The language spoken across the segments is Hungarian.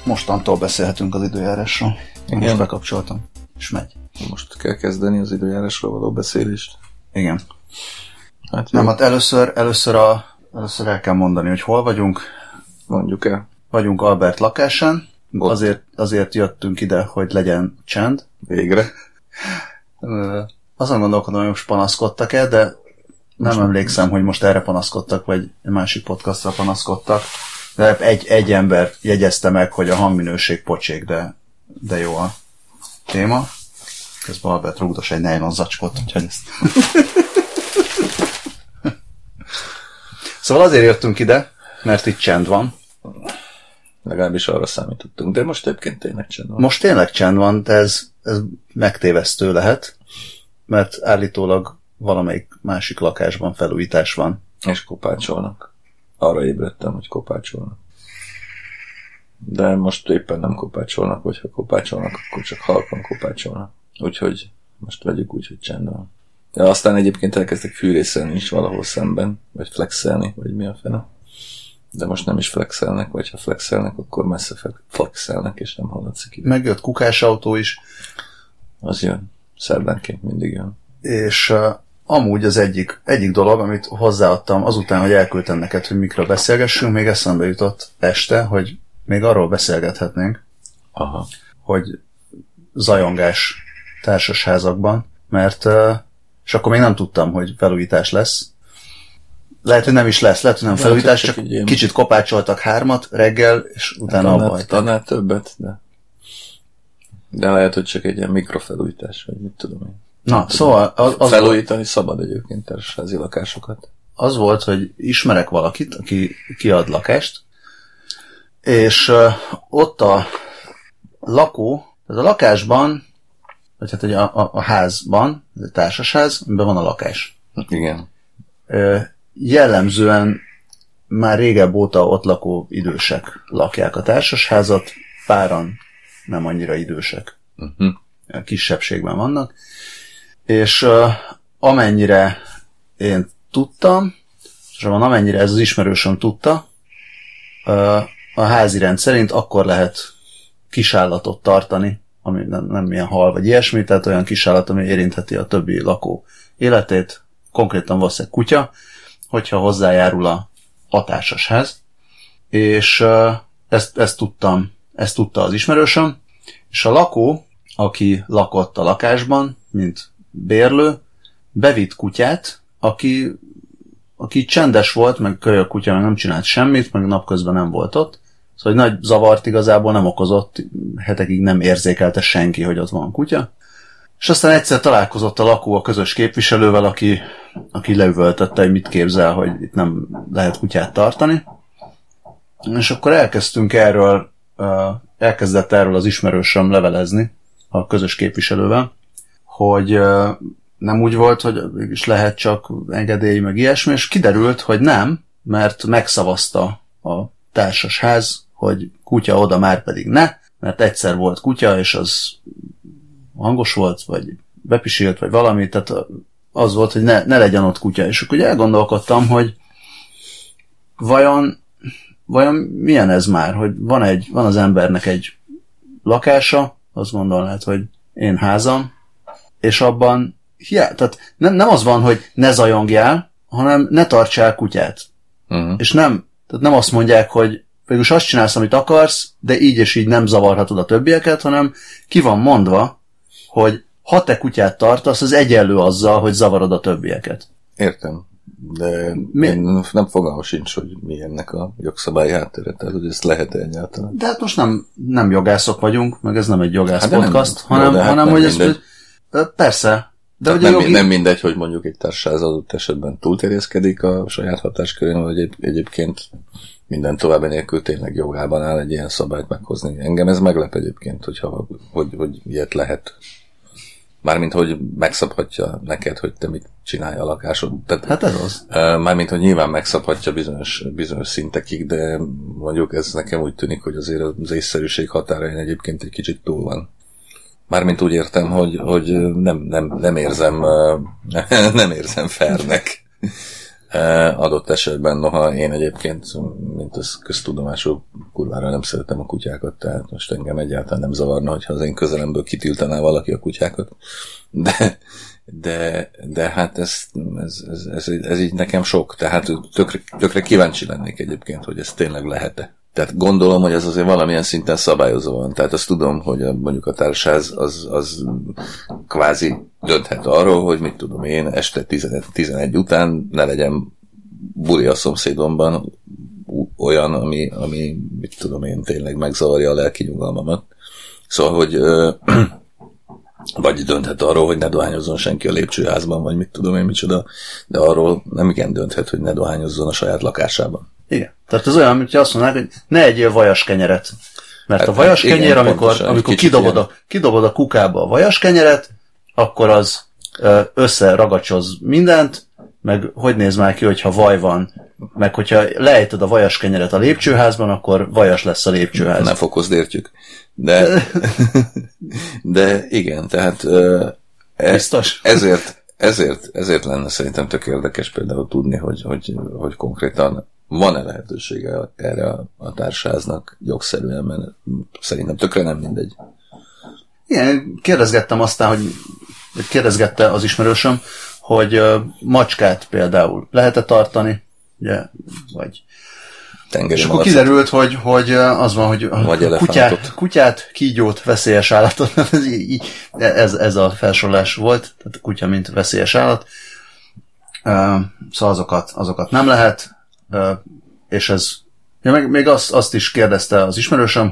Mostantól beszélhetünk az időjárásról. Én most bekapcsoltam, és megy. Most kell kezdeni az időjárásról való beszélést. Igen. Hát nem, hát először el kell mondani, hogy hol vagyunk. Mondjuk el. Vagyunk Albert lakásán. Azért jöttünk ide, hogy legyen csend. Végre. Azon gondolkodom, hogy most panaszkodtak-e, de nem emlékszem, hogy most erre panaszkodtak, vagy egy másik podcastra panaszkodtak. De egy ember jegyezte meg, hogy a hangminőség pocsék, de jó a téma. Közben Albert rúgdos egy nylon zacskót, úgyhogy ezt... Szóval azért jöttünk ide, mert itt csend van. Legalábbis arra számítottunk, de most egyébként tényleg csend van. Most tényleg csend van, de ez megtévesztő lehet, mert állítólag valamelyik másik lakásban felújítás van. És kopácsolnak. Arra ébredtem, hogy kopácsolnak. De most éppen nem kopácsolnak, vagy ha kopácsolnak, akkor csak halkan kopácsolnak. Úgyhogy most vegyük úgy, hogy csend van. Ja, aztán egyébként elkezdtek fűrészelni is valahol szemben, vagy flexelni, vagy mi a fene. De most nem is flexelnek, vagy ha flexelnek, akkor messze flexelnek, és nem hallatszik ki. Megjött kukásautó is. Az jön. Szerdánként mindig jön. És amúgy az egyik dolog, amit hozzáadtam azután, hogy elküldtem neked, hogy mikről beszélgessünk, még eszembe jutott este, hogy még arról beszélgethetnénk, Aha. hogy zajongás társasházakban, mert és akkor még nem tudtam, hogy felújítás lesz. Lehet, hogy nem is lesz, lehet, hogy nem felújítás, csak kicsit kopácsoltak 3 reggel, és utána abba hagyták. Annál többet, de lehet, hogy csak egy ilyen mikrofelújítás, vagy mit tudom én. Na, szóval... Felújítani szabad egyébként társasházi lakásokat. Az volt, hogy ismerek valakit, aki kiad lakást, és ott a lakó, tehát a lakásban, vagy hát a házban, a társasház, amiben van a lakás. Igen. Jellemzően már régebb óta ott lakó idősek lakják a társasházat, páran nem annyira idősek. Kisebbségben vannak. És amennyire én tudtam, és amennyire ez az ismerősöm tudta, a házi rend szerint akkor lehet kisállatot tartani, ami nem ilyen hal vagy ilyesmi, tehát olyan kisállat, ami érintheti a többi lakó életét, konkrétan valószínűleg kutya, hogyha hozzájárul a társasház. És ezt tudta az ismerősöm, és a lakó, aki lakott a lakásban, mint bérlő, bevitt kutyát, aki csendes volt, meg kölyök kutya, meg nem csinált semmit, meg napközben nem volt ott. Szóval nagy zavart igazából nem okozott, hetekig nem érzékelte senki, hogy ott van kutya. És aztán egyszer találkozott a lakó a közös képviselővel, aki leüvöltötte, hogy mit képzel, hogy itt nem lehet kutyát tartani. És akkor elkezdett erről az ismerősöm levelezni a közös képviselővel, hogy nem úgy volt, hogy is lehet csak engedély, meg ilyesmi, és kiderült, hogy nem, mert megszavazta a társasház, hogy kutya oda már pedig ne, mert egyszer volt kutya, és az hangos volt, vagy bepisilt, vagy valami, tehát az volt, hogy ne legyen ott kutya. És akkor ugye elgondolkodtam, hogy vajon milyen ez már, hogy van az embernek egy lakása, azt gondolnád, hogy én házam, és abban tehát nem az van, hogy ne zajongjál, hanem ne tartsál kutyát. És nem azt mondják, hogy végülis azt csinálsz, amit akarsz, de így és így nem zavarhatod a többieket, hanem ki van mondva, hogy ha te kutyát tartasz, az egyenlő azzal, hogy zavarod a többieket. Értem. De én nem fogalmam sincs, hogy mi ennek a jogszabályi háttere, tehát hogy ezt lehet egyáltalán. De hát most nem jogászok vagyunk, meg ez nem egy jogász podcast, hanem hogy ez... Persze. De nem mindegy, hogy mondjuk egy társaság adott esetben túlterjeszkedik a saját hatáskörén, vagy egyébként minden további nélkül tényleg jogában áll egy ilyen szabályt meghozni. Engem ez meglep egyébként, hogy ilyet lehet. Mármint, hogy megszabhatja neked, hogy te mit csinálj a lakásod. Tehát, hát ez az. Mármint, hogy nyilván megszabhatja bizonyos szintekig, de mondjuk ez nekem úgy tűnik, hogy azért az észszerűség határain egyébként egy kicsit túl van. Mármint úgy értem, hogy nem érzem fairnek Adott esetben, noha én egyébként, mint az köztudomású, kurvára nem szeretem a kutyákat, tehát most engem egyáltalán nem zavarna, hogyha az én közelemből kitiltaná valaki a kutyákat, de hát ez így nekem sok, tehát tökre kíváncsi lennék egyébként, hogy ez tényleg lehet-e. Tehát gondolom, hogy ez azért valamilyen szinten szabályozva van. Tehát azt tudom, hogy mondjuk a társasház az kvázi dönthet arról, hogy mit tudom én, este 11 után ne legyen buli a szomszédomban olyan, ami mit tudom én, tényleg megzavarja a lelki nyugalmamat. Szóval, hogy vagy dönthet arról, hogy ne dohányozzon senki a lépcsőházban, vagy mit tudom én micsoda, de arról nem igen dönthet, hogy ne dohányozzon a saját lakásában. Igen. Tehát ez olyan, mint azt mondanák, hogy ne egyél vajas kenyeret. Mert hát, a vajas kenyer, amikor kidobod a kukába a vajas kenyeret, akkor az összeragacsoz mindent, meg hogy néz már ki, hogyha vaj van, meg hogyha lejted a vajas kenyeret a lépcsőházban, akkor vajas lesz a lépcsőház. Ne fokozd, értjük. De igen, tehát biztos. Ezért lenne szerintem tök érdekes például tudni, hogy konkrétan van-e lehetősége erre a társasháznak jogszerűen, mert szerintem tökre nem mindegy. Igen, kérdezgettem aztán, hogy kérdezgette az ismerősöm, hogy macskát például lehet-e tartani, ugye, vagy tengeri és akkor kiderült, hogy az van, hogy kutyát, kígyót, veszélyes állatot, ez a felsorolás volt, tehát a kutya mint veszélyes állat, szóval azokat nem lehet, és ez, még azt is kérdezte az ismerősöm,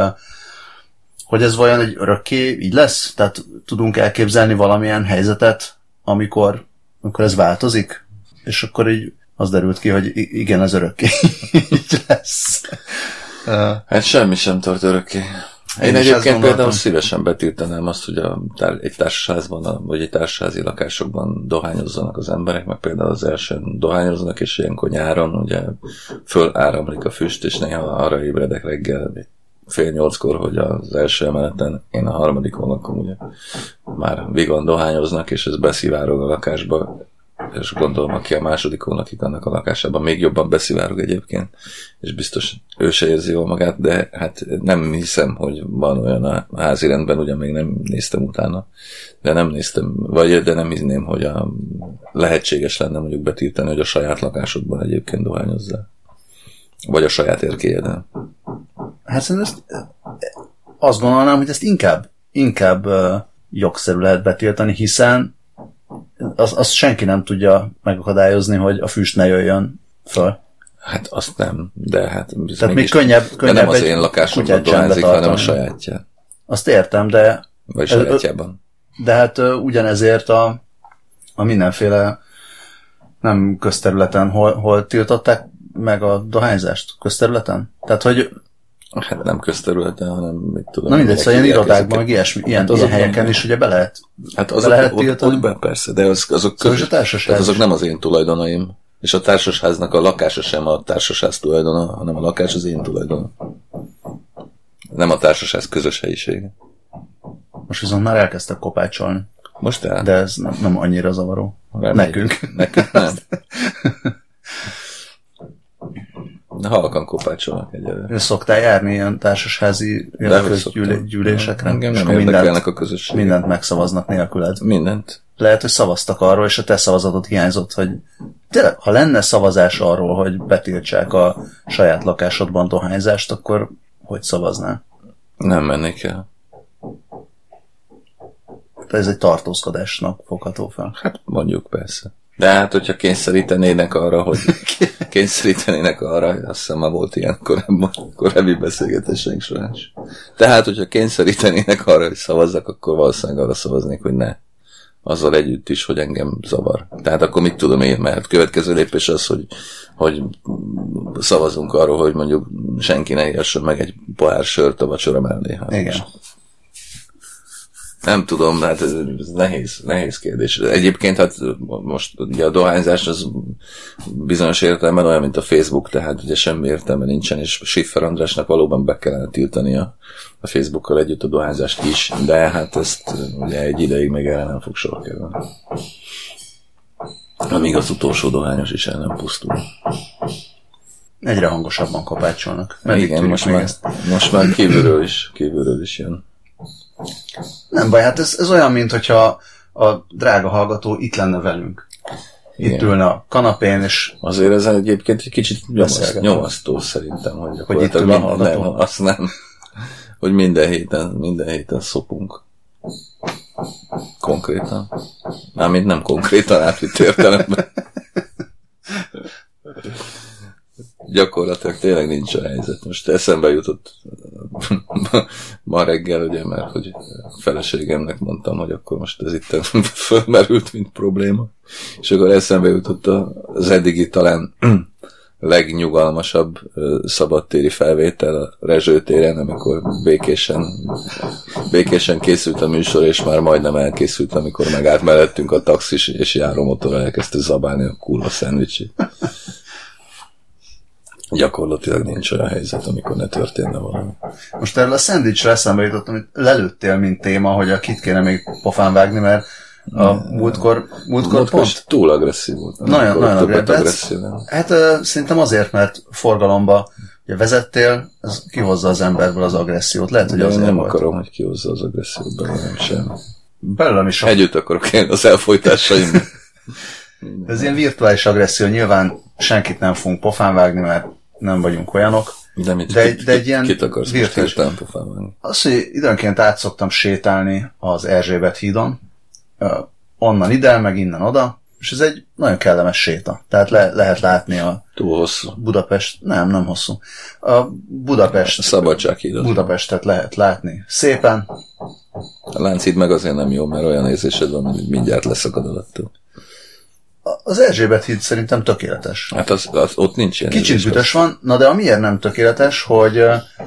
hogy ez vajon egy örökké így lesz, tehát tudunk elképzelni valamilyen helyzetet, amikor ez változik, és akkor így az derült ki, hogy igen, az örökké így lesz. Hát semmi sem tart örökké. Én egyébként például szívesen betiltanám azt, hogy egy társasházban, vagy egy társasházi lakásokban dohányozzanak az emberek, meg például az elsőn dohányoznak, és ilyenkor nyáron ugye föláramlik a füst, és néha arra ébredek reggel 7:30-kor, hogy az első emeleten, én a harmadikon lakom, ugye már vigan dohányoznak, és ez beszivárog a lakásba, és gondolom, aki a másodikon lakik annak a lakásában, még jobban beszivárog egyébként, és biztos ő se érzi jól magát, de hát nem hiszem, hogy van olyan a házi rendben, ugyan még nem néztem utána, de nem néztem, de nem hinném, hogy lehetséges lenne mondjuk betiltani, hogy a saját lakásodban egyébként dohányozzál. Vagy a saját erkélyeden. Hát szerintem azt gondolnám, hogy ezt inkább jogszerű lehet betiltani, hiszen azt senki nem tudja megakadályozni, hogy a füst ne jöjjön föl. Hát azt nem, de hát... Tehát még könnyebb de nem az én lakásomban dohányzik, hanem a sajátján. Azt értem, de... Vagy sajátjában. De hát ugyanezért a mindenféle nem közterületen, hol tiltották meg a dohányzást? Közterületen? Tehát, hogy... Hát nem közterületen, hanem mit tudom. Na mindegy, szóval ilyen irodákban, meg ilyen helyeken is ugye be lehet. Hát azok tiltani. Ott persze, de azok tehát azok nem az én tulajdonaim. És a társasháznak a lakása sem a társasház tulajdona, hanem a lakás az én tulajdona. Nem a társasház közös helyisége. Most viszont már elkezdtek kopácsolni. Most el? De ez nem annyira zavaró. Nekünk nem. Halkan kopácsolnak egyelőre. Szoktál járni ilyen társasházi gyűlésekre? Engem nem érdekelnek a közösségek. Mindent megszavaznak nélküled. Mindent. Lehet, hogy szavaztak arról, és a te szavazatod hiányzott, hogy tényleg, ha lenne szavazás arról, hogy betiltsák a saját lakásodban dohányzást, akkor hogy szavaznál? Nem mennék el. Ez egy tartózkodásnak fogható fel. Hát mondjuk persze. De hát, hogyha kényszerítenének arra, azt hiszem már volt ilyen korábbi beszélgetéseink során. Tehát, hogyha kényszerítenének arra, hogy szavazzak, akkor valószínűleg arra szavaznék, hogy ne. Azzal együtt is, hogy engem zavar. Tehát akkor mit tudom én, mert következő lépés az, hogy szavazunk arról, hogy mondjuk senki ne érsen meg egy pohár sört a vacsora mellé. Igen. Nem tudom, hát ez nehéz kérdés. Egyébként hát most ugye a dohányzás az bizonyos értelemben olyan, mint a Facebook, tehát ugye semmi értelme nincsen, és Schiffer Andrásnak valóban be kellene tiltani a Facebookkal együtt a dohányzást is, de hát ezt ugye egy ideig még erre nem fog sor kerülni. Amíg az utolsó dohányos is el nem pusztul. Egyre hangosabban kopácsolnak. Igen, most már kívülről is jön. Nem baj, hát ez olyan, mint hogyha a drága hallgató itt lenne velünk. Itt ülne a kanapén, és... Azért ez egyébként egy kicsit nyomasztó szerintem, hogy itt ül a hallgató. Nem, azt nem. Hogy minden héten szopunk. Konkrétan. Mármint nem konkrétan, átvitt értelemben. Gyakorlatilag tényleg nincs a helyzet. Most eszembe jutott ma reggel, ugye, mert hogy a feleségemnek mondtam, hogy akkor most ez itt fölmerült, mint probléma. És akkor eszembe jutott az eddigi talán legnyugalmasabb szabadtéri felvétel a Rezső téren, amikor békésen készült a műsor, és már majdnem elkészült, amikor megállt mellettünk a taxis, és járómotorral elkezdte zabálni a kurva szendvicsét. Gyakorlatilag nincs olyan helyzet, amikor ne történne valami. Most erről a szendvicsre eszembe jutottam, hogy lelőttél, mint téma, hogy a kit kéne még pofán vágni, mert a múltkor pont... túl agresszív volt. Nagyon agresszív. Hát szerintem azért, mert forgalomba ugye vezettél, ez kihozza az emberből az agressziót. Lehet, hogy azért nem volt. akarom, hogy kihozza az agressziót belőlem sem. Belőlem is. Együtt akarok élni az elfolytásaim. Ez ilyen virtuális agresszió. Nyilván senkit nem fogunk pofán vágni, mert nem vagyunk olyanok. De egy ilyen kit akarsz virtuális pofán vágni? Az, hogy időnként át szoktam sétálni az Erzsébet hídon, onnan ide, meg innen oda, és ez egy nagyon kellemes séta. Tehát lehet látni a... Túl hosszú. Budapest, nem hosszú. A Budapestet lehet látni szépen. A Lánchíd meg azért nem jó, mert olyan érzésed van, hogy mindjárt leszakad alattól. Az Erzsébet híd szerintem tökéletes. Hát az ott nincs ilyen. Kicsit büdös van, na de amiért nem tökéletes, hogy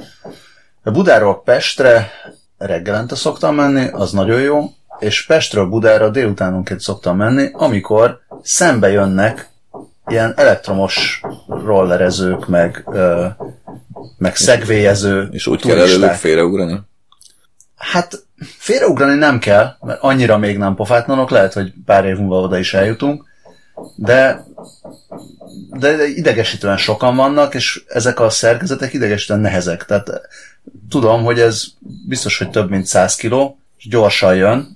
Budáról Pestre reggelente szoktam menni, az nagyon jó, és Pestről Budára délutánonként szoktam menni, amikor szembe jönnek ilyen elektromos rollerezők, meg szegvélyező és úgy turisták. kell előlük félreugrani? Hát félreugrani nem kell, mert annyira még nem pofátlanok, lehet, hogy pár év múlva oda is eljutunk, de idegesítően sokan vannak, és ezek a szerkezetek idegesítően nehezek. Tehát tudom, hogy ez biztos, hogy több mint 100 kiló, és gyorsan jön,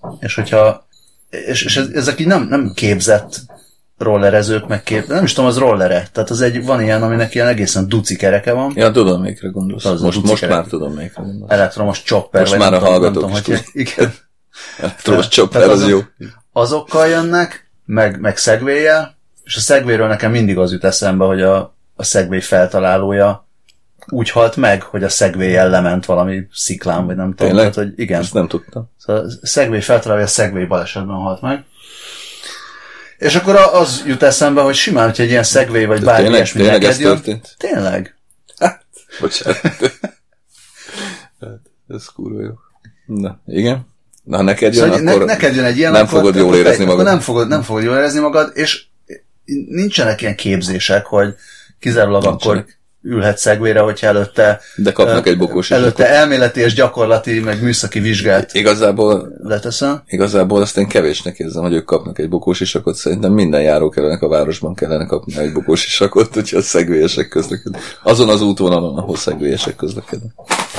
és ezek így nem képzett rollerezők, nem is tudom, az rollere. Tehát van ilyen, aminek ilyen egészen duci kereke van. Ja, tudom, melyikre gondolsz. Most már tudom, melyikre gondolsz. Elektromos chopper. Most már a hallgatók is tudom. Igen. Elektromos chopper, az jó. Azokkal jönnek, meg Segway-jel, és a Segwayről nekem mindig az jut eszembe, hogy a Segway feltalálója úgy halt meg, hogy a Segway-jel lement valami sziklán, vagy nem tudom. Tényleg? Tehát, hogy igen. Ezt nem tudtam. Szóval a Segway feltalálója, a Segway balesetben halt meg. És akkor az jut eszembe, hogy simán, hogy egy ilyen Segway, vagy bármi ilyesmi neked jön. Történt? Tényleg? Hát, bocsánat. Hát, ez kurva jó. Na, igen. Na, ha neked jön, szóval akkor neked jön egy ilyen, nem fogod jól érezni magad. Nem fogod jól érezni magad, és nincsenek ilyen képzések, hogy kizárólag akkor ülhet Segwayre, hogyha előtte... De kapnak egy bokós előtte elméleti és gyakorlati, meg műszaki vizsgát leteszem. Igazából azt én kevésnek érzem, hogy ők kapnak egy bokós isakot. Szerintem minden járókelőnek a városban kellene kapni egy bokós isakot, hogyha a Segwayesek közlekednek. Azon az útvonalon, ahol Segwayesek közlekednek.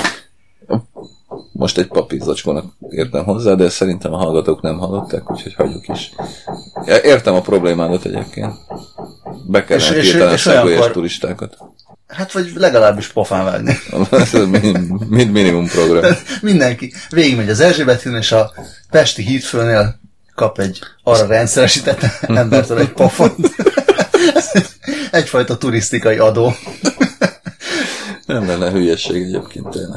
Most egy papírzacskónak értem hozzá, de szerintem a hallgatók nem hallották, úgyhogy hagyjuk is. Értem a problémádat egyébként. Be kellene tiltani a Segwayes turistákat. Hát, vagy legalábbis pofán vágni. Minimum program. Mindenki végigmegy az Erzsébet hídon, és a pesti hídfőnél kap egy arra rendszeresített embertől egy pofont. Egyfajta turisztikai adó. Nem lenne hülyesség egyébként tényleg.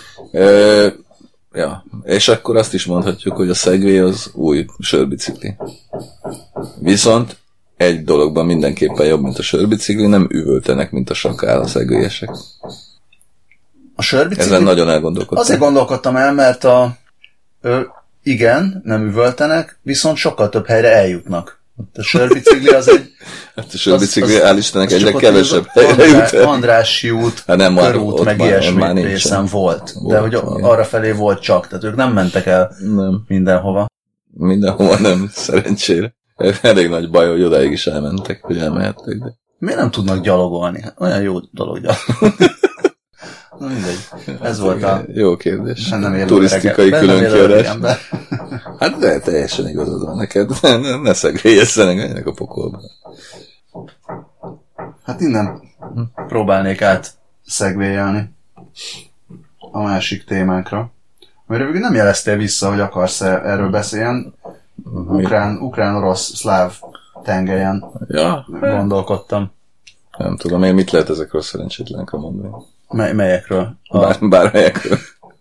Ja, és akkor azt is mondhatjuk, hogy a Segway az új sörbicikli. Viszont egy dologban mindenképpen jobb, mint a sörbicikli, nem üvöltenek, mint a sakál a Segwayesek. A sörbicikli? Ezen nagyon elgondolkodtam. Azért gondolkodtam el, mert igen, nem üvöltenek, viszont sokkal több helyre eljutnak. A sörbicikli az egy... Hát a sörbicikli állítanak egyre kevesebb helyre jut el. Andrássy út, hát nem, körút, meg ilyesmi részen volt. De hogy arra felé volt csak, tehát ők nem mentek el mindenhova. Mindenhova nem, szerencsére. elég nagy baj, hogy odáig is elmentek, hogy elmehettek. De... Miért nem tudnak gyalogolni? Olyan jó dolog gyalogolni. Na mindegy. Ez volt a... Jó kérdés. Nem turisztikai különkiadás. Hát de teljesen igazad van neked. Ne szegrélyezzenek, menjenek a pokolba. Hát innen próbálnék át szegvélyelni a másik témánkra. Amiről végül nem jeleztél vissza, hogy akarsz erről beszéljen. Ukrán-orosz szláv tengelyen gondolkodtam. Nem tudom, én mit lehet ezekről szerencsétlenek mondani. Melyekről? Bármelyekről.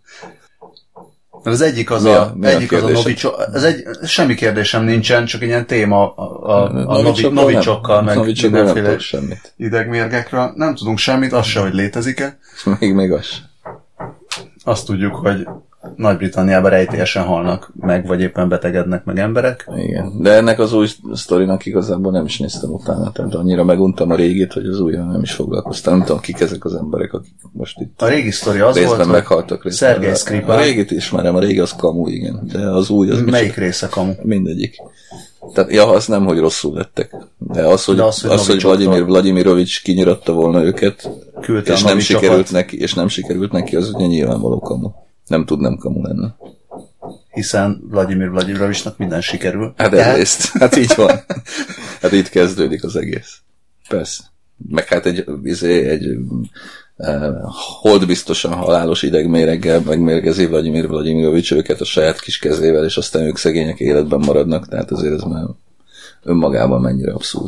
Az egyik az a Novicsok. Semmi kérdésem nincsen, csak ilyen téma a Novicsokkal, meg mindenféle idegmérgekről. Nem tudunk semmit, az se, hogy létezik-e. Még az. Azt tudjuk, hogy Nagy-Britanniában rejtélyesen halnak meg, vagy éppen betegednek meg emberek. Igen, de ennek az új sztorinak igazából nem is néztem utána, tehát annyira meguntam a régit, hogy az újra nem is foglalkoztam. Nem tudom, kik ezek az emberek, akik most itt a régi sztori az volt, meghaltak részben. Szergej Skripal. A régit ismerem, a régi az kamu, igen, de az új az... Melyik része kamu? Mindegyik. Tehát, az nem, hogy rosszul lettek. De az, hogy Vladimirovics kinyiratta volna őket, és nem sikerült neki, az ugye nyilvánvaló kamu. Nem tud nem kamu lenni. Hiszen Vladimirovicsnak minden sikerül. Hát egyrészt. Hát így van. Hát itt kezdődik az egész. Persze. Meg hát egy holdbiztosan halálos idegméreggel megmérgezi Vladimirovics őket a saját kis kezével, és aztán ők szegények életben maradnak, tehát azért ez már önmagában mennyire abszurd.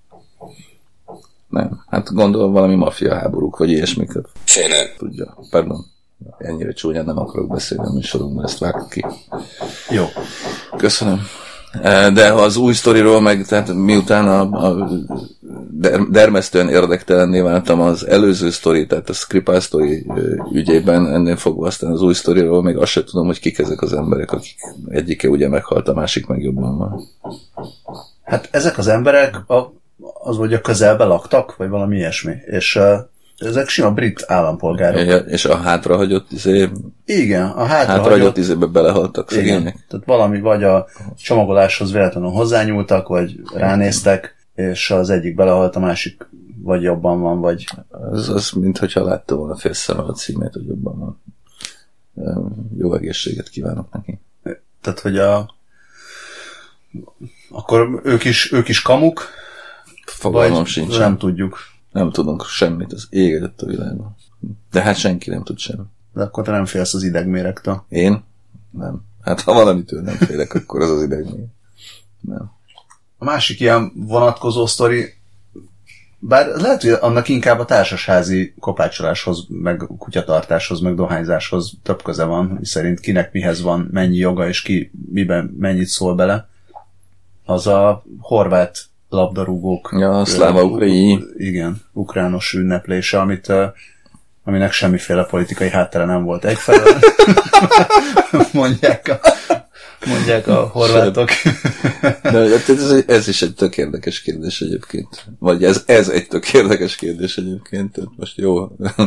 Nem. Hát gondolom valami maffia háborúk, vagy ilyesmik. Tudja. Pardon. Ennyire csúnyán nem akarok beszélni a műsorunkban, ezt vágtuk ki. Jó. Köszönöm. De az új sztoriról meg, tehát miután a dermesztően érdektelenné váltam az előző sztori, tehát a Skripal sztori ügyében, ennél fogva aztán az új sztoriról még azt sem tudom, hogy kik ezek az emberek, akik egyike ugye meghalt, a másik meg jobban van. Hát ezek az emberek az vagy a közelben laktak, vagy valami ilyesmi, és ezek sima brit állampolgárok. És a hátrahagyott igen, a hátrahagyott izébe belehaltak szegények. Tehát valami vagy a csomagoláshoz véletlenül hozzányúltak, vagy ránéztek, és az egyik belehalt, a másik vagy jobban van, vagy... Az minthogyha látta volna félszemmel a címét, hogy jobban van. Jó egészséget kívánok neki. Tehát, hogy akkor ők is kamuk? Fogalmam sincs. Nem tudjuk. Nem tudunk semmit, az égedett a világban. De hát senki nem tud semmit. De akkor te nem félsz az idegméregtől? Én? Nem. Hát ha valamitől nem félek, akkor az idegméreg. Nem. A másik ilyen vonatkozó sztori, bár lehet, hogy annak inkább a társasházi kopácsoláshoz, meg kutyatartáshoz, meg dohányzáshoz több köze van, szerint kinek mihez van, mennyi joga, és ki miben mennyit szól bele. Az a horvát labdarúgók. Ja, a Szláva Ukrajini. Igen, ukrános ünneplése, aminek semmiféle politikai háttere nem volt egyfelől. mondják a horvátok. De ez is egy tök érdekes kérdés egyébként. Vagy ez egy tök érdekes kérdés egyébként. Tehát most jó.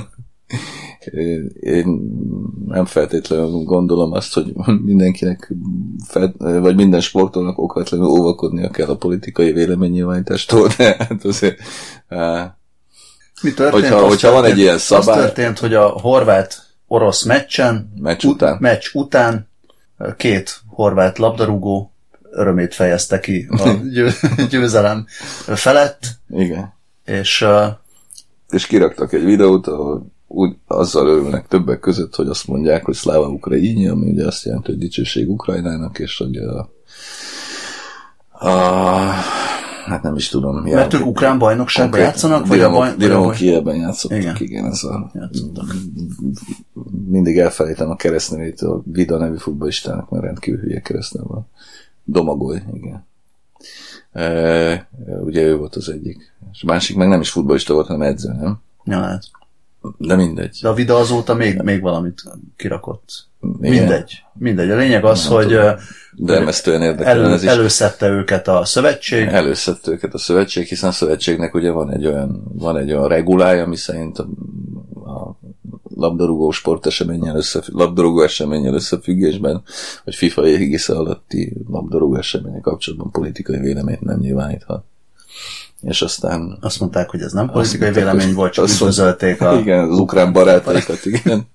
Én nem feltétlenül gondolom azt, hogy mindenkinek vagy minden sportolónak okvetlenül óvakodnia kell a politikai véleménynyilvánítástól, de hát azért mi történt? Hogyha van egy ilyen szabály... Az történt, hogy a horvát-orosz meccs után két horvát labdarúgó örömét fejezte ki a győzelem felett. Igen. És kiraktak egy videót, ahol úgy azzal örülnek többek között, hogy azt mondják, hogy Szláva Ukrajini, ami ugye azt jelenti, hogy dicsőség Ukrajnának, és hogy hát nem is tudom. Mert ők ukrán bajnokságban játszanak? Dinamo Kijevben játszottak, igen. Ez mindig elfelejtem a keresztnevét, a Vida nevű futballistának, mert rendkívül hülye keresztneve van. Domagoly, igen. Ugye ő volt az egyik. És a másik meg nem is futballista volt, hanem edző, nem? Ja, hát. De mindegy. De a Vida azóta még valamit kirakott. Mindegy. A lényeg az, hogy előszedte őket a szövetség. Előszedte őket a szövetség, hiszen a szövetségnek ugye van egy olyan regulája, ami szerint labdarúgó eseménnyel összefüggésben, hogy FIFA égisze alatti labdarúgó események kapcsolatban politikai véleményt nem nyilváníthat. És aztán... Azt mondták, hogy ez nem politikai vélemény volt, csak üdvözölték igen, az ukrán barátaikat, igen.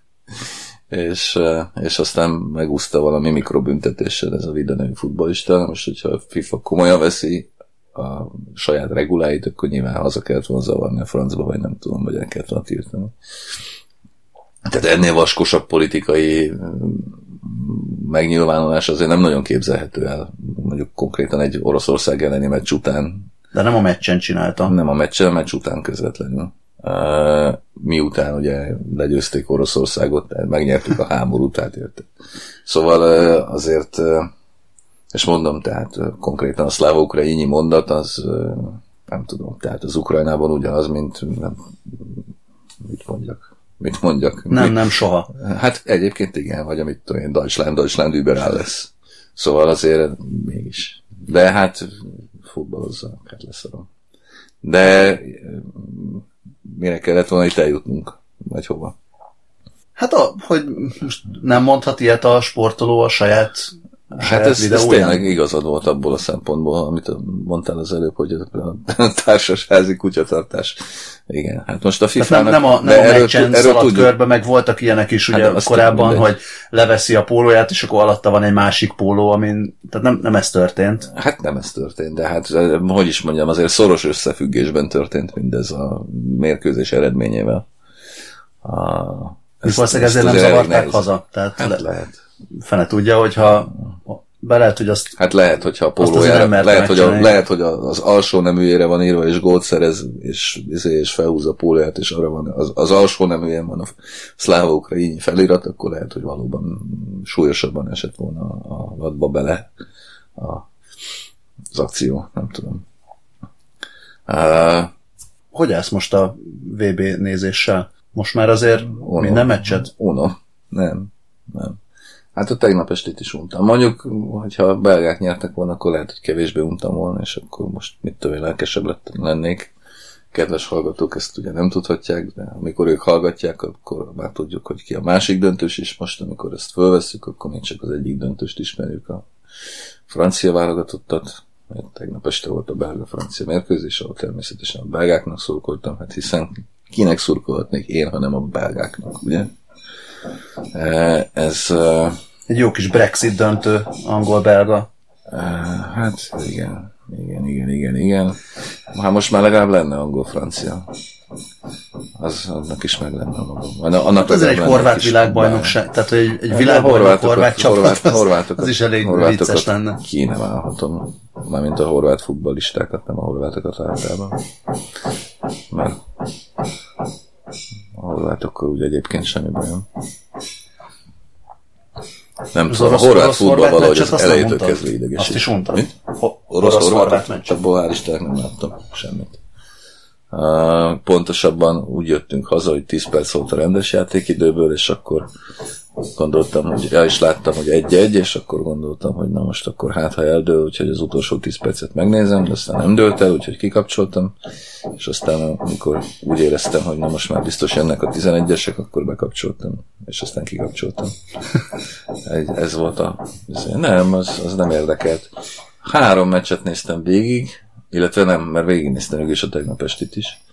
És aztán megúszta valami mikrobüntetéssel ez a Vida nevű futballista. Most, hogyha a FIFA komolyan veszi a saját reguláit, akkor nyilván haza kellett volna zavarni a francba, vagy nem tudom, vagy el kellett volna tiltani. Tehát ennél vaskosabb politikai megnyilvánulás azért nem nagyon képzelhető el. Mondjuk konkrétan egy Oroszország elleni meccs után. De nem a meccsen csinálta. Nem a meccsen, a meccs után közvetlenül. Miután ugye legyőzték Oroszországot, tehát megnyertük a háborút, tehát érte. Szóval azért, és mondom, tehát konkrétan a szlávo-ukrajini mondat, az nem tudom, tehát az Ukrajnában ugyanaz, mint nem, mit mondjak. Nem, soha. Hát egyébként igen, vagy amit tudom én, Deutschland überall lesz. Szóval azért mégis. De hát futballozza, hát leszarom. De mire kellett volna itt eljutnunk? Vagy hova? Hát, hogy most nem mondhat ilyet a sportoló a saját Hát ez tényleg igazad volt abból a szempontból, amit mondtál az előbb, hogy a társasházi kutyatartás. Igen, hát most a FIFA-nak... Nem a meccsen szaladt körbe, meg voltak ilyenek is ugye hát korábban, hogy leveszi a pólóját, és akkor alatta van egy másik póló, amin... Tehát nem ez történt. Hát nem ez történt, de hát, hogy is mondjam, azért szoros összefüggésben történt mindez a mérkőzés eredményével. Valószínűleg ezért nem zavarták haza. Tehát hát lehet. Fene tudja, hogyha lehet, hogy azt... Hát lehet, hogyha a pólójára, lehet, hogy az alsó neműjére van írva, és gólt szerez, és felhúz a pólóját, és arra van, az alsó neműjén van a szlávo-ukrajini felirat, akkor lehet, hogy valóban súlyosabban esett volna a latba bele az akció, nem tudom. Hogy állsz most a VB nézéssel? Most már azért minden meccset? Nem. Hát a tegnap estét is untam. Mondjuk, hogyha a belgák nyertek volna, akkor lehet, hogy kevésbé untam volna, és akkor most mit tudom, lelkesebb lennék. Kedves hallgatók ezt ugye nem tudhatják, de amikor ők hallgatják, akkor már tudjuk, hogy ki a másik döntős is. Most, amikor ezt fölvesszük, akkor még csak az egyik döntőst ismerjük, a francia válogatottat. Tegnap este volt a belga-francia mérkőzés, ahol természetesen a belgáknak szurkoltam, hát hiszen kinek szurkolhatnék én, hanem a belgáknak, ugye? Ez... Egy jó kis Brexit döntő, angol-belga. Hát igen. Hát most már legalább lenne angol-francia. Annak is meg lenne magam. Hát ez egy horvát világbajnokság, tehát hogy egy világbajnok horvát csapat, az is elég vicces lenne. Ki nem állhatom. Mármint a horvát futballistákat, nem a horvátokat általában. Mert a horvátokkal úgy egyébként semmi bajom. Nem tudom, a horvát futball valahogy az elejétől kezdve idegesít. Azt is mondtad. Mit? Orosz-horvát meccs. Abból hál' Istennek nem láttam semmit. Pontosabban úgy jöttünk haza, hogy 10 perc volt a rendes játékidőből, és akkor gondoltam, hogy és láttam, hogy 1-1, és akkor gondoltam, hogy na most akkor ha eldől, úgyhogy az utolsó 10 percet megnézem, de aztán nem dőlt el, úgyhogy kikapcsoltam, és aztán amikor úgy éreztem, hogy na most már biztos jönnek a 11-esek, akkor bekapcsoltam, és aztán kikapcsoltam. Ez volt nem, az nem érdekelt. 3 meccset néztem végig, illetve nem, mert végignéztem mégis a tegnap estit is.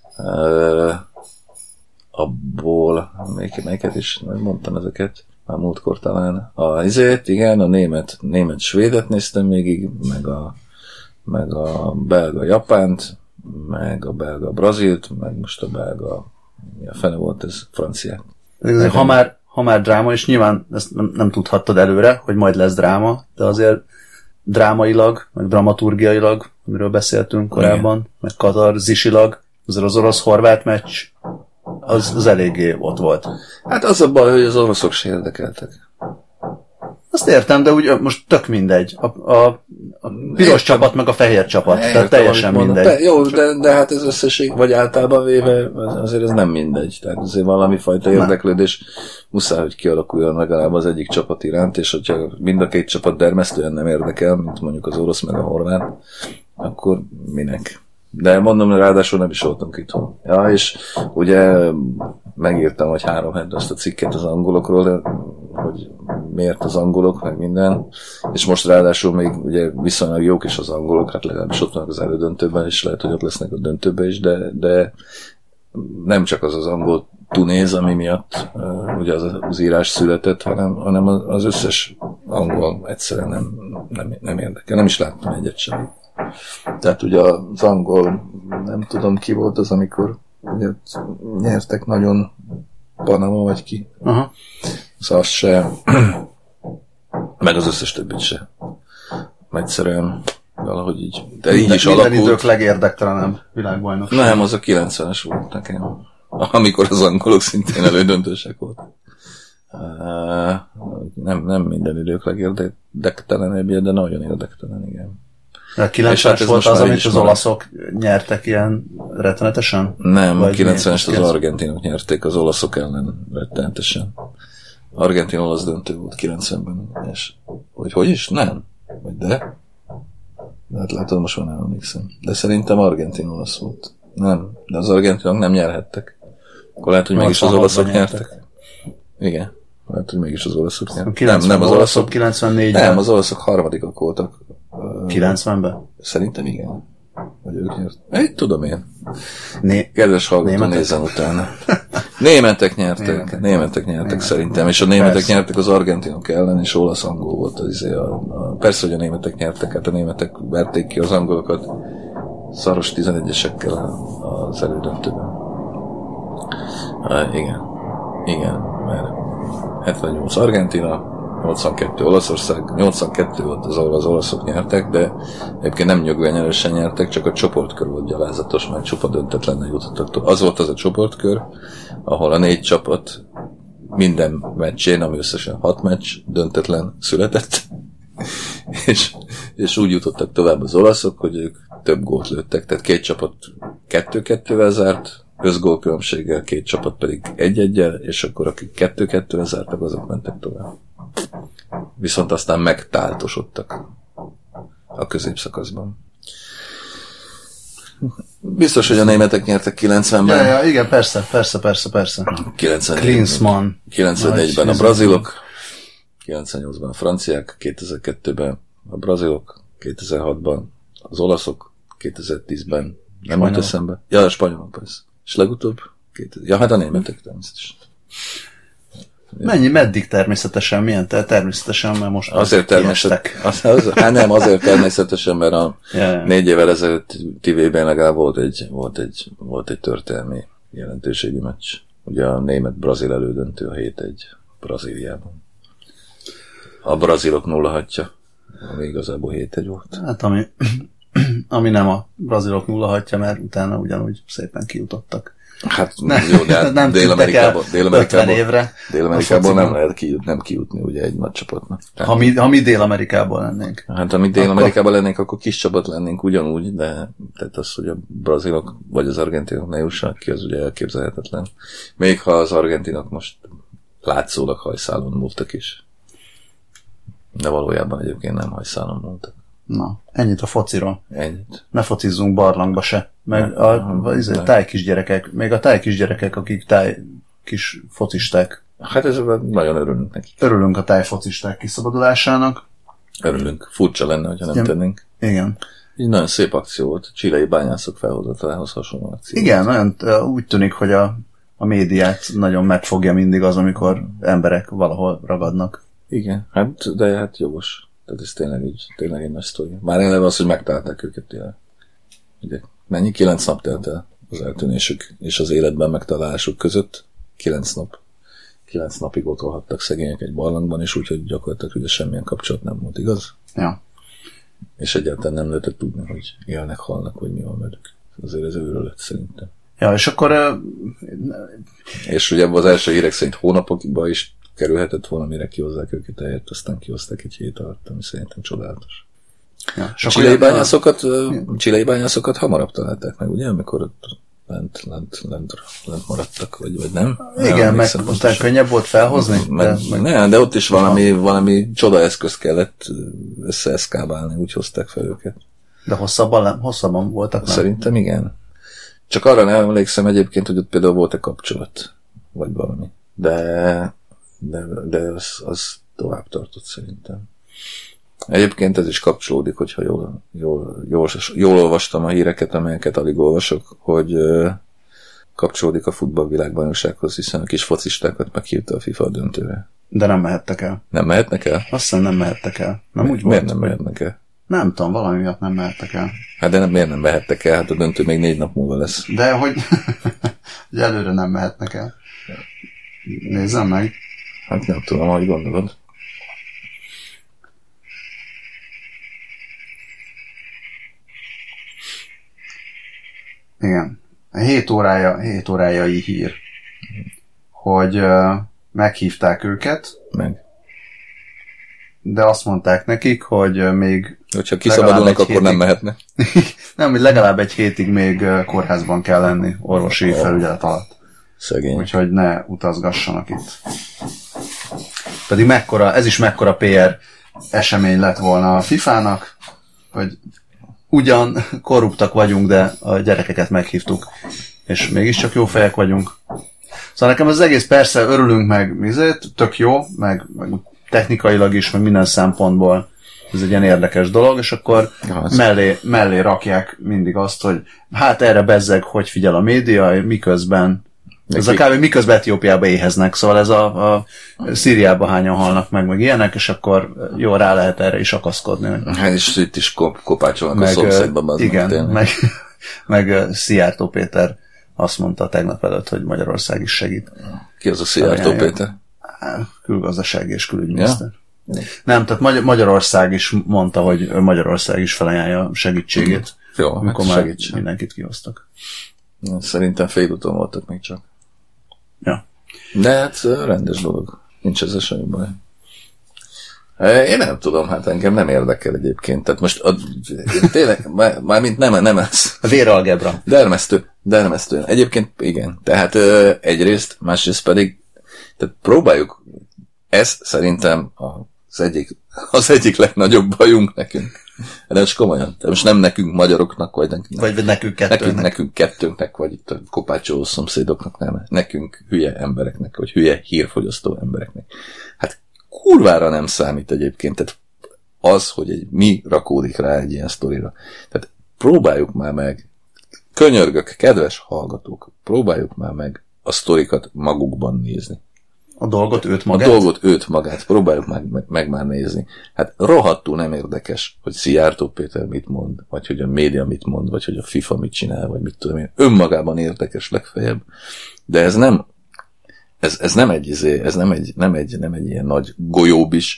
Meg melyiket is mondtam ezeket, már múltkor talán. Igen, a német-svédet néztem végig, meg a belga-japánt, meg a belga-brazilt, meg most a belga, mi a fene volt ez, franciát. Ha már dráma, és nyilván ezt nem tudhattad előre, hogy majd lesz dráma, de azért drámailag, meg dramaturgiailag, amiről beszéltünk korábban, igen, meg katarzisilag, azért az orosz-horvát meccs az eléggé ott volt. Hát az a baj, hogy az oroszok se érdekeltek. Azt értem, de úgy most tök mindegy. A piros csapat, meg a fehér csapat. Tehát teljesen mindegy. Jó, de hát ez összesség, vagy általában véve azért ez nem mindegy. Tehát azért valami fajta érdeklődés muszáj, hogy kialakuljon legalább az egyik csapat iránt, és hogyha mind a két csapat dermesztően nem érdekel, mint mondjuk az orosz meg a horvát, akkor minek? De mondom, ráadásul nem is voltunk itthon. Ja, és ugye megírtam, hogy 3 hete azt a cikket az angolokról, de hogy miért az angolok, meg minden. És most ráadásul még ugye viszonylag jók is az angolok, hát legalábbis ott vannak az elődöntőben, és lehet, hogy ott lesznek a döntőben is, de nem csak az angol tunéz, ami miatt ugye az írás született, hanem az összes angol egyszerűen nem érdekel. Nem is láttam egyet sem. Tehát ugye az angol, nem tudom ki volt az, amikor ugye nyertek nagyon Panama vagy ki. Aha. Az se, meg az összes többit se. Egyszerűen valahogy így. De így is alakult. Minden idők legérdektelenebb világbajnok. Nem, az a 90-es volt nekem. Amikor az angolok szintén elődöntősek voltak. Nem minden idők legérdektelenebb, de nagyon érdektelen, igen. A 90-es volt az, amit az olaszok nyertek ilyen rettenetesen? Nem, a 90-est az argentinok nyerték az olaszok ellen rettenetesen. Argentin-olasz döntő volt 90-ben. És hogy is? Nem. Vagy de? Hát látod, most már nem emlékszem. De szerintem argentin-olasz volt. Nem, de az argentinok nem nyerhettek. Akkor lehet, hogy mégis az olaszok nyertek. Igen. Lehet, hogy mégis az olaszok nyertek. Nem az olaszok 94-ben. Nem, az olaszok harmadikak voltak. 90-ben? Szerintem igen. Vagy ők nyertek. Tudom én. Kedves hallgató, nézzen utána. Németek nyertek szerintem, és a németek nyertek az argentinok ellen, és olasz-angol volt az persze, hogy a németek nyertek, hát a németek verték ki az angolokat szaros 11-esekkel az elődöntőben. Igen, mert 78 Argentina, 82 Olaszország, 82 volt az, ahol az olaszok nyertek, de egyébként nem nyögvenyelősen nyertek, csak a csoportkör volt gyalázatos, mert csupa döntetlenül jutottak. Az volt az a csoportkör, ahol a 4 csapat minden meccsén, ami összesen 6 meccs, döntetlen született, és úgy jutottak tovább az olaszok, hogy ők több gólt lőttek, tehát 2 csapat 2-2-vel zárt, összgólkülönbséggel, 2 csapat pedig 1-1-jel, és akkor akik 2-2-vel zártak, azok mentek tovább. Viszont aztán megtáltosodtak a középszakaszban. Biztos, hogy a németek nyertek 90-ben. Ja, igen, persze. 94-ben a brazilok, 98-ban a franciák, 2002-ben a brazilok, 2006-ban az olaszok, 2010-ben nem volt eszembe. Ja, a spanyolok persze. És legutóbb? Hát a németek természetesen. Meddig természetesen? Milyen természetesen, mert most azért azért természetesen, mert a 4 évvel ezelőtt TV-ben legalább volt egy történelmi jelentőségű meccs. Ugye a német-brazil elődöntő a 7-1 Brazíliában. A brazilok 0-6-ja, ami igazából 7-1 volt. Hát ami nem a brazilok 0-6-ja, mert utána ugyanúgy szépen kijutottak. Hát jó, de nem Dél-Amerikából nem lehet nem kijutni ugye egy nagy csapatnak. Ha mi Dél-Amerikából lennénk. Hát ha mi Dél-Amerikából lennénk, akkor kis csapat lennénk ugyanúgy, de tehát az, hogy a brazilok vagy az argentinok ne jussanak ki, az ugye elképzelhetetlen. Még ha az argentinok most látszólag hajszálon múltak is. De valójában egyébként nem hajszálon múltak. Na, ennyit a fociról. Ennyit. Ne focizzunk barlangba se. Meg a tájkisgyerekek, még a tájkisgyerekek, akik tájkis focisták. Hát ezzel nagyon örülünk nekik. Örülünk a tájfocisták kiszabadulásának. Örülünk. Furcsa lenne, hogyha nem tennénk. Igen. Így nagyon szép akció volt. A chilei bányászok felhozatalához hasonló akció. Igen, nagyon úgy tűnik, hogy a médiát nagyon megfogja mindig az, amikor emberek valahol ragadnak. Igen, hát jogos. Tehát ez tényleg egy nagy sztori. Már eleve az, hogy megtalálták őket tényleg. Ugye, mennyi? 9 nap telt el az eltűnésük és az életben megtalálásuk között. 9 nap. 9 napig otolhattak szegények egy barlangban, és úgy, hogy gyakorlatilag ugye semmilyen kapcsolat nem volt, igaz? Ja. És egyáltalán nem lehetett tudni, hogy élnek, halnak, vagy mi van velük. Azért ez őrület szerintem. Ja, és akkor... És ugye az első hírek szerint hónapokba is kerülhetett volna, mire kihozzák őket helyett, aztán kihozták egy hét alatt, ami szerintem csodálatos. Ja, a chilei bányászokat hamarabb találták meg, ugye, amikor ott lent maradtak, vagy nem? Igen, meg aztán könnyebb volt felhozni? De ott is valami csodaeszközt kellett összeeszkábálni, úgy hozták fel őket. De hosszabban voltak? Szerintem igen. Csak arra nem emlékszem egyébként, hogy ott például volt-e kapcsolat. vagy valami. De az tovább tartott szerintem. Egyébként ez is kapcsolódik, hogyha jól olvastam a híreket, amelyeket alig olvasok, hogy kapcsolódik a futballvilágbajnoksághoz, hiszen a kis focistákat meghívta a FIFA döntőre. De nem mehettek el. Nem mehetnek el? Azt hiszem nem mehettek el. Nem úgy miért volt, nem mehetnek el? Nem tudom, valami miatt nem mehettek el. Hát de miért nem mehettek el? Hát a döntő még 4 nap múlva lesz. De hogy előre nem mehetnek el. Nézzem meg. Hát nem tudom, ahogy gondolod. Igen. 7 órájai hír, hogy meghívták őket, de azt mondták nekik, hogy még... Hogyha kiszabadulnak, akkor nem mehetnek. Nem, hogy legalább egy hétig még kórházban kell lenni, orvosi felügyelet alatt. Szegény. Úgyhogy ne utazgassanak itt. Pedig ez is mekkora PR esemény lett volna a FIFA-nak, hogy ugyan korruptak vagyunk, de a gyerekeket meghívtuk, és mégiscsak jó fejek vagyunk. Szóval nekem az egész persze örülünk meg, tök jó, meg technikailag is, meg minden szempontból ez egy ilyen érdekes dolog, és akkor mellé rakják mindig azt, hogy hát erre bezzeg, hogy figyel a média, miközben ez a kb. Miközben Etiópiába éheznek, szóval ez a Szíriában hányan halnak meg ilyenek, és akkor jó, rá lehet erre is akaszkodni. Hát és itt is kopácsolnak a szomszédban. Az igen, meg Szijjártó Péter azt mondta tegnap előtt, hogy Magyarország is segít. Ki az a Szijjártó Péter? Külgazdasági és külügyminiszter. Ja? Nem, tehát Magyarország is mondta, hogy Magyarország is felajánlja segítségét. Jó, amikor már mindenkit kihoztak. Szerintem félúton voltak még csak. Ja. De hát rendes dolog. Nincs ez semmi baj. Én nem tudom, hát engem nem egyébként. Tehát most tényleg, mármint nem ez. A véralgebra. Dermesztő. Egyébként igen. Tehát egyrészt, másrészt pedig tehát próbáljuk, ez szerintem az egyik legnagyobb bajunk nekünk. De most komolyan. De most nem nekünk magyaroknak, vagy nekünk kettőnknek, vagy itt a kopácsoló szomszédoknak, nem. Nekünk hülye embereknek, vagy hülye hírfogyasztó embereknek. Hát kurvára nem számít egyébként. Tehát az, hogy mi rakódik rá egy ilyen sztorira. Tehát próbáljuk már meg, könyörgök, kedves hallgatók, próbáljuk már meg a sztorikat magukban nézni. A dolgot őt magát próbáljuk meg már nézni. Hát rohadtul nem érdekes, hogy Szijjártó Péter mit mond, vagy hogy a média mit mond, vagy hogy a FIFA mit csinál, vagy mit tudom én. Önmagában érdekes legfeljebb, de ez nem egy ilyen nagy golyóbis,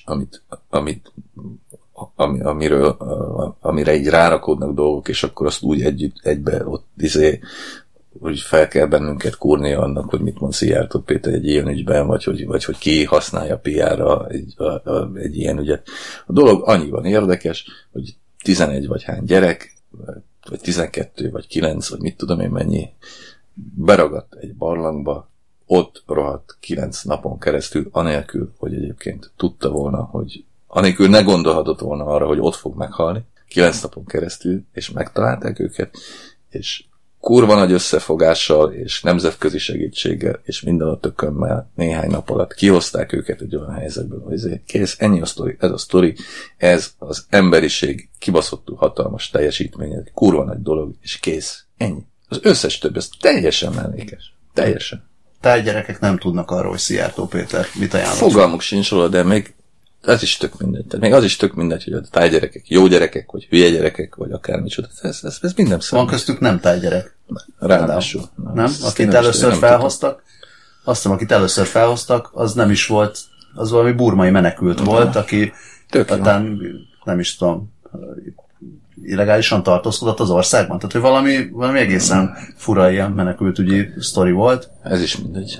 amire így rárakódnak dolgok, és akkor azt úgy egybe ott hogy fel kell bennünket kúrnia annak, hogy mit mond Szijjártó Péter egy ilyen ügyben, vagy hogy ki használja PR-ra egy ilyen ügyet. A dolog annyiban érdekes, hogy 11 vagy hány gyerek, vagy 12 vagy 9, vagy mit tudom én mennyi, beragadt egy barlangba, ott rohadt 9 napon keresztül, anélkül, hogy egyébként tudta volna, hogy anélkül ne gondolhatott volna arra, hogy ott fog meghalni, 9 napon keresztül, és megtalálták őket, és kurva nagy összefogással, és nemzetközi segítséggel, és minden a tökömmel néhány nap alatt kihozták őket egy olyan helyzetből, hogy kész, ennyi a sztori, ez a sztori, ez az emberiség kibaszottul hatalmas teljesítménye, kurva nagy dolog, és kész, ennyi. Az összes többi, ez teljesen mellékes. Teljesen. Tájgyerekek nem tudnak arról, hogy Szijjártó Péter mit ajánlott. Fogalmuk sincs róla, de még ez is tök mindegy. Tehát még az is tök mindegy, hogy a tájgyerekek jó gyerekek, vagy hülye gyerekek, vagy akármicsoda. Ez minden számít. Van köztük nem tájgyerek. Ráadásul. Nem? Akit először felhoztak, azt hiszem, akit először felhoztak, az nem is volt, az valami burmai menekült volt, aki aztán nem is tudom, illegálisan tartózkodott az országban. Tehát, hogy valami egészen fura ilyen menekültügyi sztori volt. Ez is mindegy.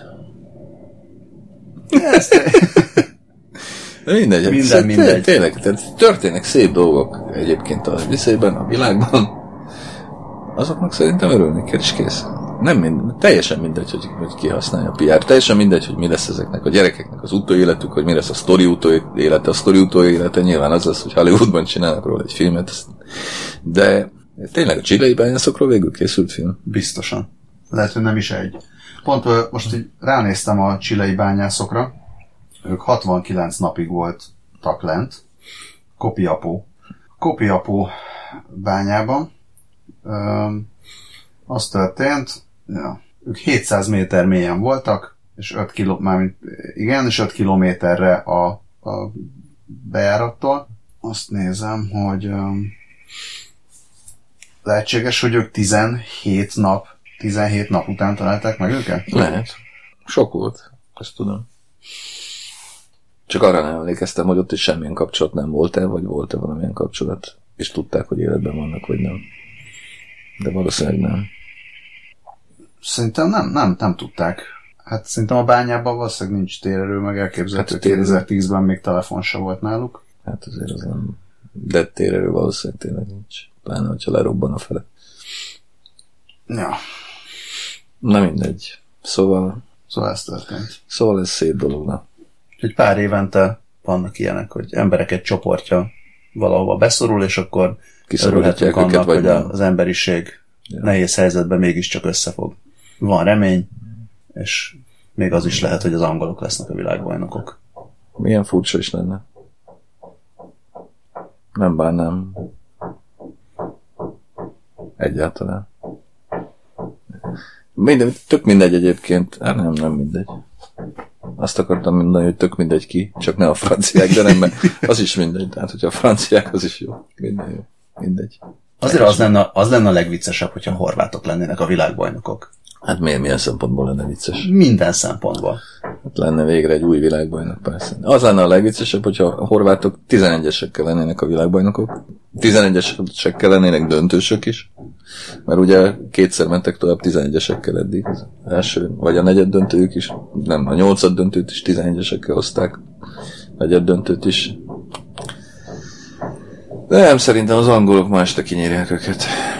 Mindegy. Tényleg, történnek szép dolgok egyébként a viszonyban, a világban. Azoknak szerintem örülni kell, és kész. Teljesen mindegy, hogy ki használja a PR. Teljesen mindegy, hogy mi lesz ezeknek a gyerekeknek az utóéletük, hogy mi lesz a sztori utóélete. A sztori utóélete nyilván az lesz, hogy Hollywoodban csinálnak róla egy filmet. De tényleg a chilei bányászokról végül készült film. Biztosan. Lehet, hogy nem is egy. Pont most így ránéztem a chilei bányászokra, ők 69 napig voltak lent, Copiapó bányában. Az történt, ők 700 méter mélyen voltak, és 5 kilométerre a bejárattól. Azt nézem, hogy lehetséges, hogy ők 17 nap után találták meg őket? Lehet. Sok volt, ezt tudom. Csak arra nem emlékeztem, hogy ott is semmilyen kapcsolat nem volt-e, vagy volt-e valamilyen kapcsolat, és tudták, hogy életben vannak, vagy nem. De valószínűleg nem. Szerintem nem tudták. Hát szerintem a bányában valószínűleg nincs térerő, meg elképzelhető, hát 2010-ben még telefon se volt náluk. Hát azért az nem. De térerő valószínűleg tényleg nincs. Pláne, hogyha lerobban a fele. Ja. Na mindegy. Szóval ez történt. Szóval ez szép dolog, na. Úgyhogy pár évente vannak ilyenek, hogy emberek egy csoportja valahova beszorul, és akkor örülhetünk annak, hogy az emberiség nehéz helyzetben mégiscsak összefog. Van remény, és még az is lehet, hogy az angolok lesznek a világbajnokok. Milyen furcsa is lenne. Nem bánnám. Egyáltalán. Tök mindegy egyébként. Nem mindegy. Azt akartam mondani, hogy tök mindegy ki, csak ne a franciák, de nem, mert az is mindegy. Tehát, hogyha a franciák, az is jó. Mindegy. Azért az lenne a legviccesebb, hogyha a horvátok lennének a világbajnokok. Hát milyen szempontból lenne vicces? Minden szempontból. Hát lenne végre egy új világbajnok, persze. Az lenne a legviccesebb, hogyha a horvátok 11-esekkel lennének a világbajnokok. 11-esekkel lennének döntősök is. Mert ugye kétszer mentek tovább 11-esekkel eddig. Az első, vagy a negyed döntőjük is. Nem, a 8. döntőt is 11-esekkel hozták. Negyed döntőt is. De nem, szerintem az angolok ma este kinyírják őket.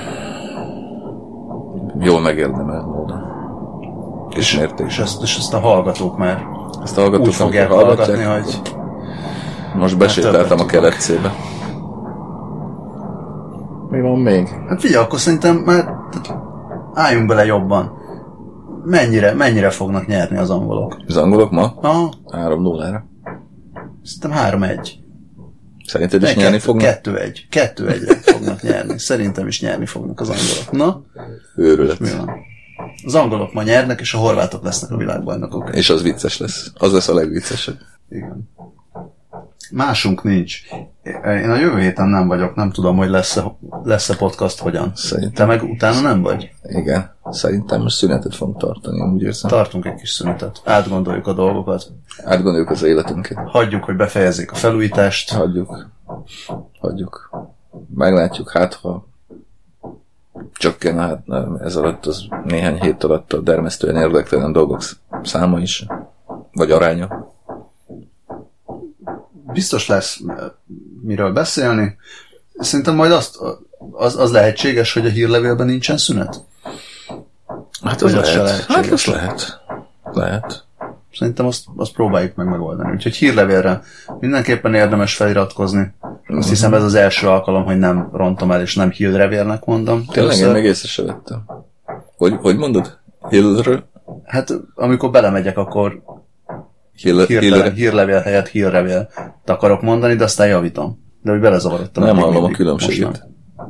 Jól megérdemelt módon. És ezt a hallgatók már úgy fogják hallgatni, hogy most besétáltam a keletcébe. Mi van még? Hát figyelj, akkor szerintem már álljunk bele jobban. Mennyire fognak nyerni az angolok? Az angolok ma? Aha. 3-0-ra. Szerintem 3-1. Szerinted is nyerni fognak? 2-1-re fognak nyerni. Szerintem is nyerni fognak az angolok. Na? Őrület. Mi van? Az angolok ma nyernek, és a horvátok lesznek a világbajnokok. És az vicces lesz. Az lesz a legviccesebb. Igen. Másunk nincs. Én a jövő héten nem vagyok, nem tudom, hogy lesz-e podcast hogyan. Szerintem. Te meg utána nem vagy? Igen. Szerintem most szünetet fogunk tartani, úgy érzem. Tartunk egy kis szünetet. Átgondoljuk a dolgokat. Átgondoljuk az életünket. Hagyjuk, hogy befejezzék a felújítást. Hagyjuk. Meglátjuk, hát ha csökken, hát ez alatt az néhány hét alatt a dermesztően érdektelen dolgok száma is, vagy aránya. Biztos lesz miről beszélni. Szerintem majd az lehetséges, hogy a hírlevélben nincsen szünet. Hát az lehet. Szerintem azt próbáljuk meg megoldani. Úgyhogy hírlevélre mindenképpen érdemes feliratkozni. Azt hiszem ez az első alkalom, hogy nem rontom el, és nem hírlevélnek mondom. Tényleg én meg észre se vettem. Hogy mondod? Hát amikor belemegyek, akkor hírlevél helyett hírlevél akarok mondani, de aztán javítom. De hogy belezavarodtam. Nem hallom a különbséget.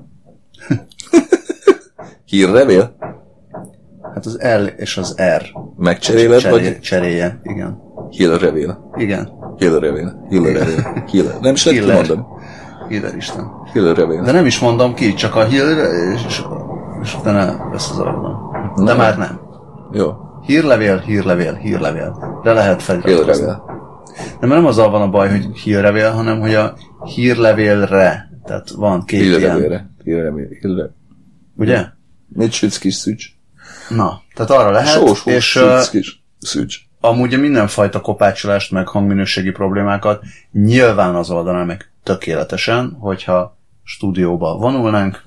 Hírlevél? Hát az L és az R. Megcseréled, vagy? Cserélje, igen. Hírlevél. Igen. Hírlevél. Nem is lehet kimondani. Hiller Isten. Hírlevél. De nem is mondom ki, csak a hírlevél, és utána összezavarodom. De már nem. Jó. Hírlevél. De lehet feliratkozni. De mert nem azzal van a baj, hogy hírlevél, hanem hogy a hírlevélre. Tehát van két Hírlevél. Ugye? Mit sütsz kis szücs? Na, tehát arra lehet, és szücs. amúgy a mindenfajta kopácsolást, meg hangminőségi problémákat nyilván az oldaná meg tökéletesen, hogyha stúdióba vonulnánk.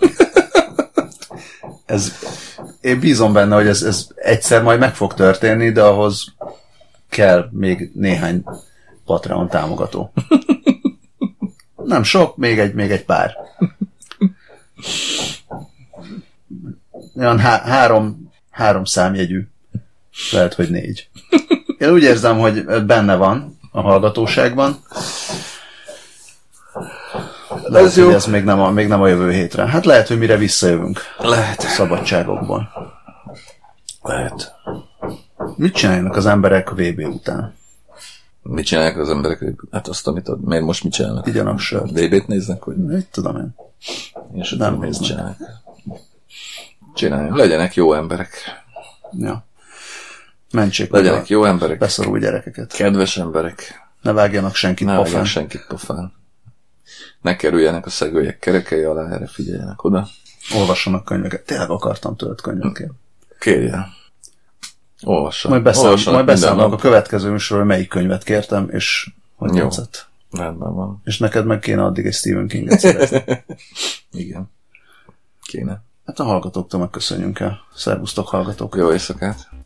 Én bízom benne, hogy ez egyszer majd meg fog történni, de ahhoz kell még néhány Patreon támogató. Nem sok, még egy pár. Olyan 3 számjegyű. Lehet, hogy 4. Én úgy érzem, hogy benne van a hallgatóságban. Lehet, hogy ez még nem a jövő hétre. Hát lehet, hogy mire visszajövünk. Lehet. A szabadságokból. Lehet. Mit csinálnak az emberek VB után? Mit csinálják az emberek? Hát azt, amit ad. Miért most mit csinálnak? Igyanak sört. VB-t néznek? Hogy... Mit tudom én. Én sem tudom, mit csinálják. Csinálják. Legyenek jó emberek. Ja. Mentsék. Legyenek jó emberek. Beszorul gyerekeket. Kedves emberek. Ne vágjanak senkit pofán. Ne vágjanak senkit pofán. Ne kerüljenek a szegőlyek kerekei alá, erre figyeljenek oda. Olvassanak könyveket. Tényleg akartam tőled könyveket. Kérjen. Olvasson. Majd beszámolok a következő műsorról, hogy melyik könyvet kértem, és hogy tetszett. Rendben van. És neked meg kéne addig egy Stephen Kinget szerezni. Igen. Kéne. Hát a hallgatóktól megköszönjünk el. Szervusztok, hallgatók. Jó éjszakát.